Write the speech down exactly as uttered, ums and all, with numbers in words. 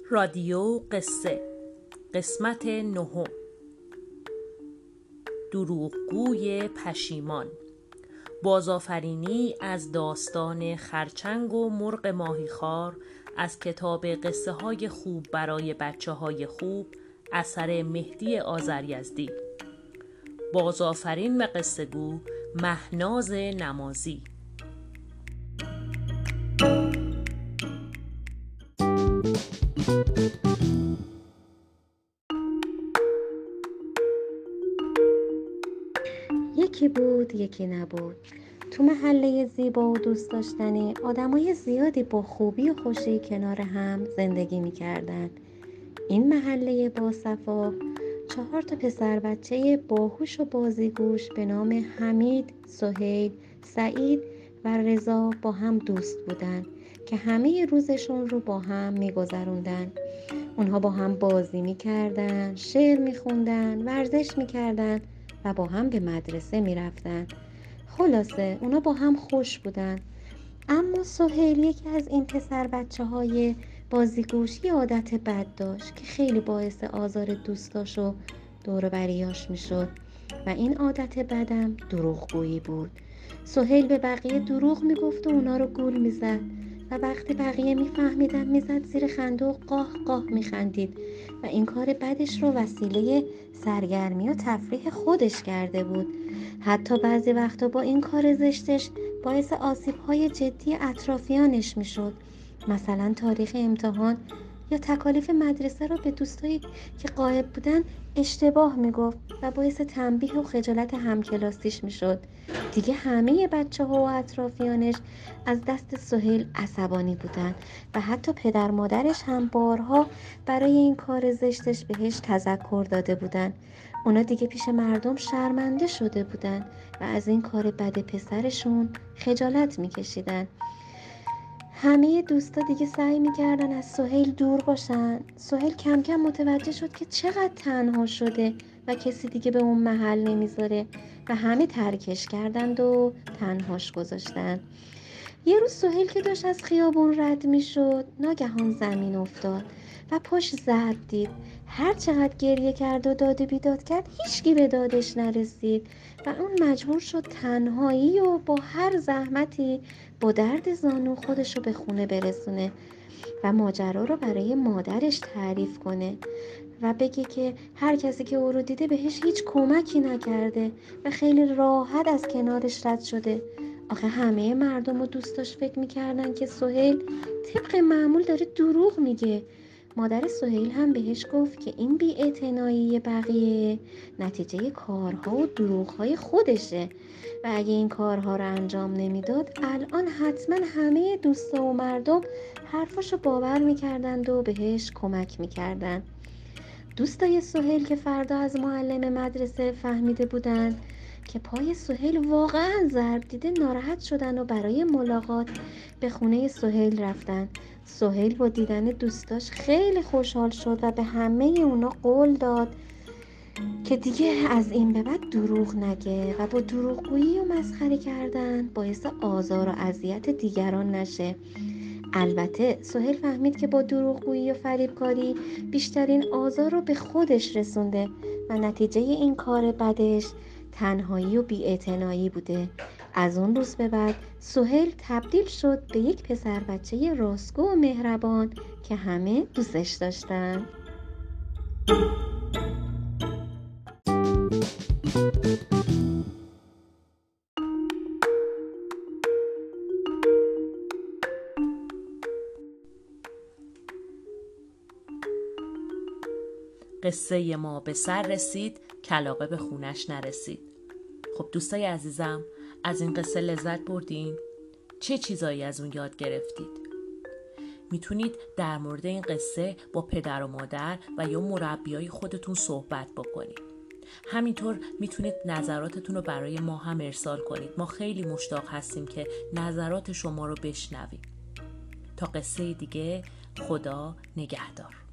رادیو قصه قسمت نهم. دروغگوی پشیمان. بازآفرینی از داستان خرچنگ و مرغ ماهیخوار از کتاب قصه های خوب برای بچه های خوب اثر مهدی آذریزدی. بازآفرین و قصه گو مهناز نمازی. یکی بود یکی نبود. تو محله زیبا و دوست داشتنی آدمای زیادی با خوبی و خوشی کنار هم زندگی می‌کردن. این محله با صفا چهار تا پسر بچه باهوش و بازیگوش به نام حمید، سهیل، سعید و رضا با هم دوست بودن که همه روزشون رو با هم می‌گذروندن. اونها با هم بازی می‌کردن، شعر می‌خوندن، ورزش می‌کردن و با هم به مدرسه می‌رفتن. خلاصه اونا با هم خوش بودن. اما سهیل یکی از این پسر بچه های بازیگوش یه عادت بد داشت که خیلی باعث آزار دوستاش و دور و بریاش میشد و این عادت بدم دروغگویی بود. سهیل به بقیه دروغ میگفت و اونا رو گول میزد و وقتی بقیه میفهمیدن میزد زیر خنده و قاه قاه میخندید و این کار بدش رو وسیله سرگرمی و تفریح خودش کرده بود. حتی بعضی وقتا با این کار زشتش باعث آسیب‌های جدی اطرافیانش میشد. مثلا تاریخ امتحان یا تکالیف مدرسه رو به دوستایی که غایب بودن اشتباه میگفت و باعث تنبیه و خجالت همکلاسیش میشد. دیگه همه بچه‌ها و اطرافیانش از دست سهیل عصبانی بودن و حتی پدر مادرش هم بارها برای این کار زشتش بهش تذکر داده بودن. اونا دیگه پیش مردم شرمنده شده بودن و از این کار بد پسرشون خجالت میکشیدن. همه دوستا دیگه سعی میکردن از سهیل دور باشن. سهیل کم کم متوجه شد که چقدر تنها شده و کسی دیگه به اون محل نمیذاره و همه ترکش کردند و تنهاش گذاشتن. یه روز سهیل که داشت از خیابون رد میشد ناگهان زمین افتاد و پاش ضرب دید. هر چقدر گریه کرد و داد و بیداد کرد هیچکی به دادش نرسید و اون مجبور شد تنهایی و با هر زحمتی با درد زانو خودشو به خونه برسونه و ماجرا رو برای مادرش تعریف کنه و بگه که هر کسی که او رو دیده بهش هیچ کمکی نکرده و خیلی راحت از کنارش رد شده. آخه همه مردم و دوستاش فکر میکردن که سهیل طبق معمول داره دروغ میگه. مادر سهیل هم بهش گفت که این بی‌اعتنایی بقیه نتیجه کارها و دروغهای خودشه و اگه این کارها رو انجام نمیداد الان حتما همه دوستا و مردم حرفاشو باور میکردند و بهش کمک میکردن. دوستای سهیل که فردا از معلم مدرسه فهمیده بودن که پای سهیل واقعا ضرب دیده ناراحت شدن و برای ملاقات به خونه سهیل رفتن. سهیل با دیدن دوستاش خیلی خوشحال شد و به همه اونا قول داد که دیگه از این به بعد دروغ نگه و با دروغگویی و مسخره کردن باعث آزار و اذیت دیگران نشه. البته سهیل فهمید که با دروغگویی و فریبکاری بیشترین آزار رو به خودش رسونده و نتیجه این کار بدش تنهایی و بی‌اعتنایی بوده. از اون روز به بعد سهیل تبدیل شد به یک پسر بچه راستگو و مهربان که همه دوستش داشتن. قصه ما به سر رسید، کلاغه به خونش نرسید. خب دوستای عزیزم، از این قصه لذت بردین؟ چه چیزایی از اون یاد گرفتید؟ میتونید در مورد این قصه با پدر و مادر و یا مربیای خودتون صحبت بکنید. همینطور میتونید نظراتتون رو برای ما هم ارسال کنید. ما خیلی مشتاق هستیم که نظرات شما رو بشنویم. تا قصه دیگه، خدا نگهدار.